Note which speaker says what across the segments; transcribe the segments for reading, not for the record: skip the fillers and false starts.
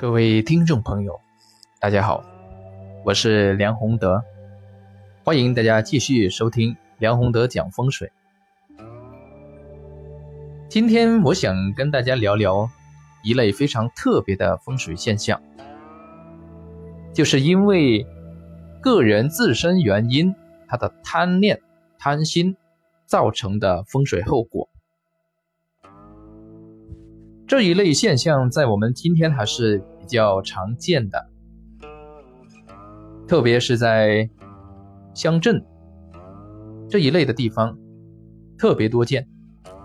Speaker 1: 各位听众朋友，大家好，我是梁宏德，欢迎大家继续收听梁宏德讲风水。今天我想跟大家聊聊一类非常特别的风水现象，就是因为个人自身原因，他的贪念、贪心造成的风水后果。这一类现象在我们今天还是比较常见的，特别是在乡镇这一类的地方特别多见。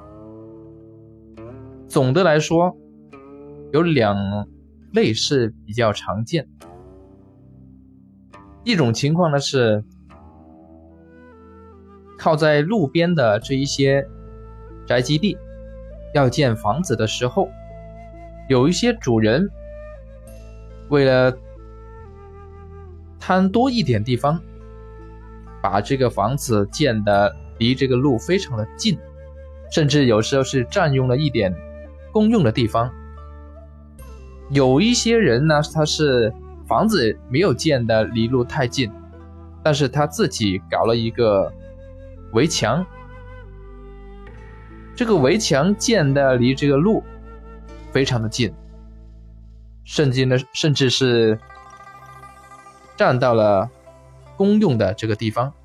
Speaker 1: 总的来说，有两类是比较常见。一种情况呢是靠在路边的这一些宅基地要建房子的时候，有一些主人为了贪多一点地方，把这个房子建得离这个路非常的近，甚至有时候是占用了一点公用的地方。有一些人呢，他是房子没有建得离路太近，但是他自己搞了一个围墙，这个围墙建得离这个路非常的近，甚至是占到了公用的这个地方。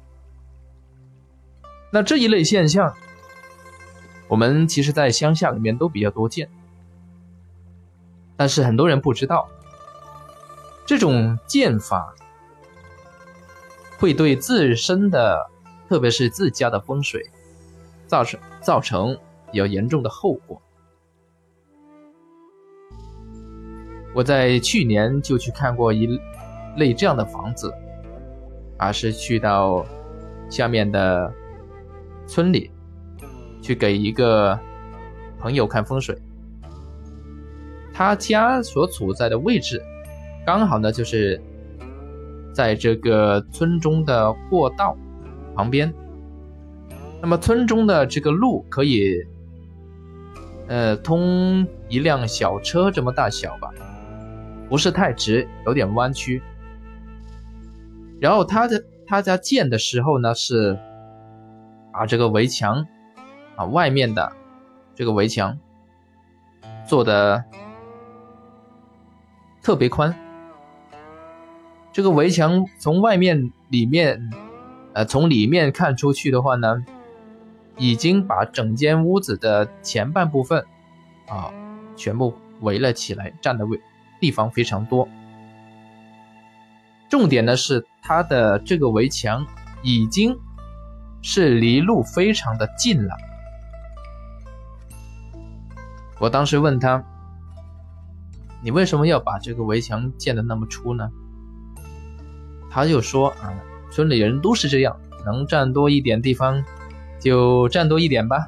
Speaker 1: 那这一类现象，我们其实在乡下里面都比较多见，但是很多人不知道，这种建法会对自身的，特别是自家的风水造成比较严重的后果。我在去年就去看过一类这样的房子，是去到下面的村里去给一个朋友看风水。他家所处在的位置刚好呢就是在这个村中的过道旁边，那么村中的这个路可以通一辆小车这么大小吧，不是太直，有点弯曲。然后他家建的时候呢，是把这个围墙外面的这个围墙做的特别宽。这个围墙从从里面看出去的话呢，已经把整间屋子的前半部分全部围了起来，占的地方非常多。重点呢是它的这个围墙已经是离路非常的近了。我当时问他，你为什么要把这个围墙建得那么粗呢？他就说村里人都是这样，能占多一点地方就占多一点吧。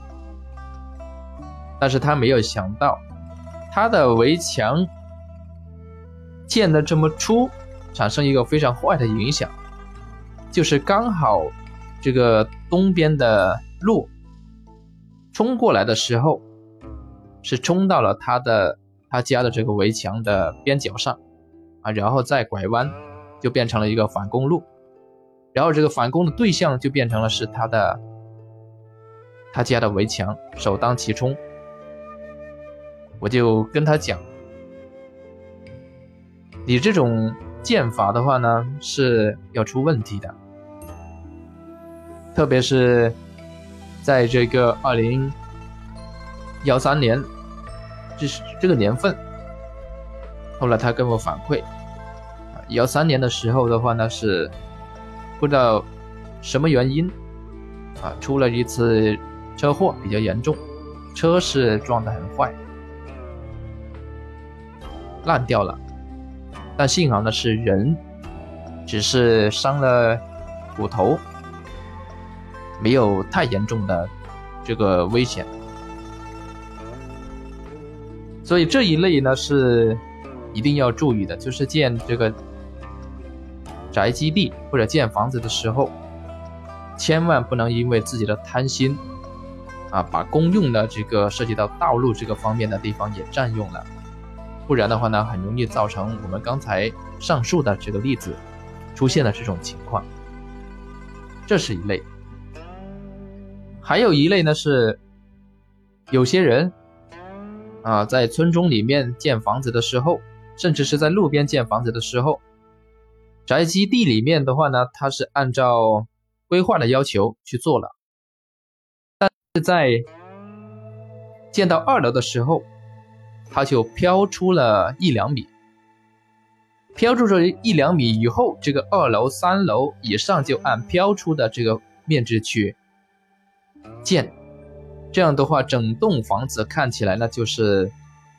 Speaker 1: 但是他没有想到，他的围墙建得这么粗，产生一个非常坏的影响，就是刚好这个东边的路冲过来的时候，是冲到了他家的这个围墙的边角上然后再拐弯，就变成了一个反攻路，然后这个反攻的对象就变成了是他家的围墙，首当其冲。我就跟他讲，你这种建法的话呢是要出问题的，特别是在这个2013年这个年份。后来他跟我反馈13年的时候的话呢，是不知道什么原因出了一次车祸比较严重，车是撞得很坏，烂掉了，但幸好呢是人只是伤了骨头，没有太严重的这个危险。所以这一类呢是一定要注意的，就是建这个宅基地或者建房子的时候，千万不能因为自己的贪心把公用的这个涉及到道路这个方面的地方也占用了， 不然的话呢，很容易造成我们刚才上述的这个例子出现的这种情况。这是一类。还有一类呢，是有些人在村中里面建房子的时候，甚至是在路边建房子的时候，宅基地里面的话呢，它是按照规划的要求去做了，但是在建到2楼的时候，它就飘出了1-2米，飘出了1-2米以后，这个2楼、3楼以上就按飘出的这个面积去建，这样的话，整栋房子看起来呢，就是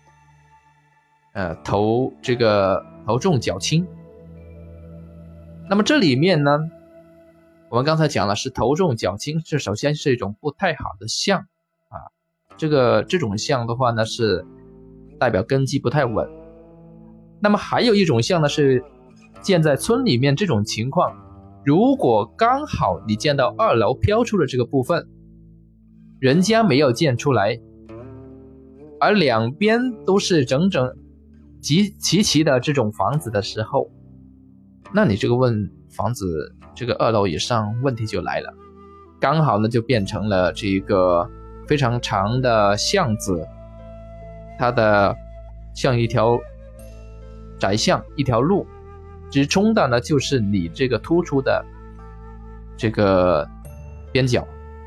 Speaker 1: 头重脚轻。那么这里面呢，我们刚才讲了是头重脚轻，这首先是一种不太好的象这种象的话呢，是代表根基不太稳。那么还有一种象呢，是建在村里面，这种情况，如果刚好你建到2楼飘出的这个部分，人家没有建出来，而两边都是整整齐齐的这种房子的时候，那你这个房子这个2楼以上问题就来了，刚好呢就变成了这个非常长的巷子，它的像一条窄巷，一条路，直冲的呢就是你这个突出的这个边角。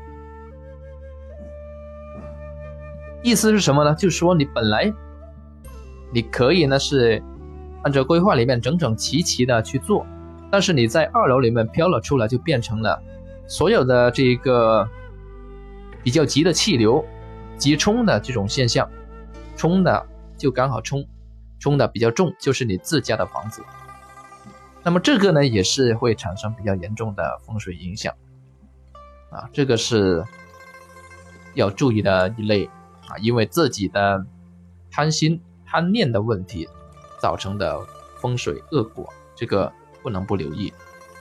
Speaker 1: 意思是什么呢？就是说你本来你可以呢是按照规划里面整整齐齐的去做，但是你在2楼里面飘了出来，就变成了所有的这个比较急的气流急冲的这种现象，冲的就刚好冲的比较重，就是你自家的房子。那么这个呢也是会产生比较严重的风水影响这个是要注意的一类因为自己的贪心贪念的问题造成的风水恶果，这个不能不留意。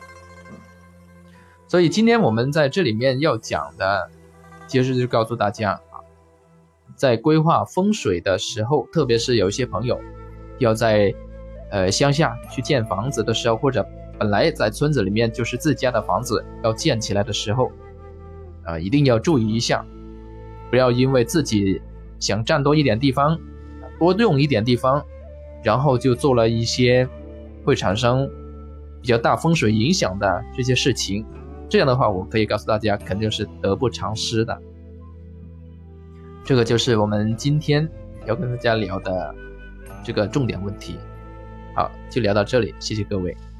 Speaker 1: 所以今天我们在这里面要讲的，其实就告诉大家在规划风水的时候，特别是有一些朋友要在乡下去建房子的时候，或者本来在村子里面就是自家的房子要建起来的时候一定要注意一下，不要因为自己想占多一点地方，多用一点地方，然后就做了一些会产生比较大风水影响的这些事情，这样的话我可以告诉大家肯定是得不偿失的。这个就是我们今天要跟大家聊的这个重点问题。好，就聊到这里，谢谢各位。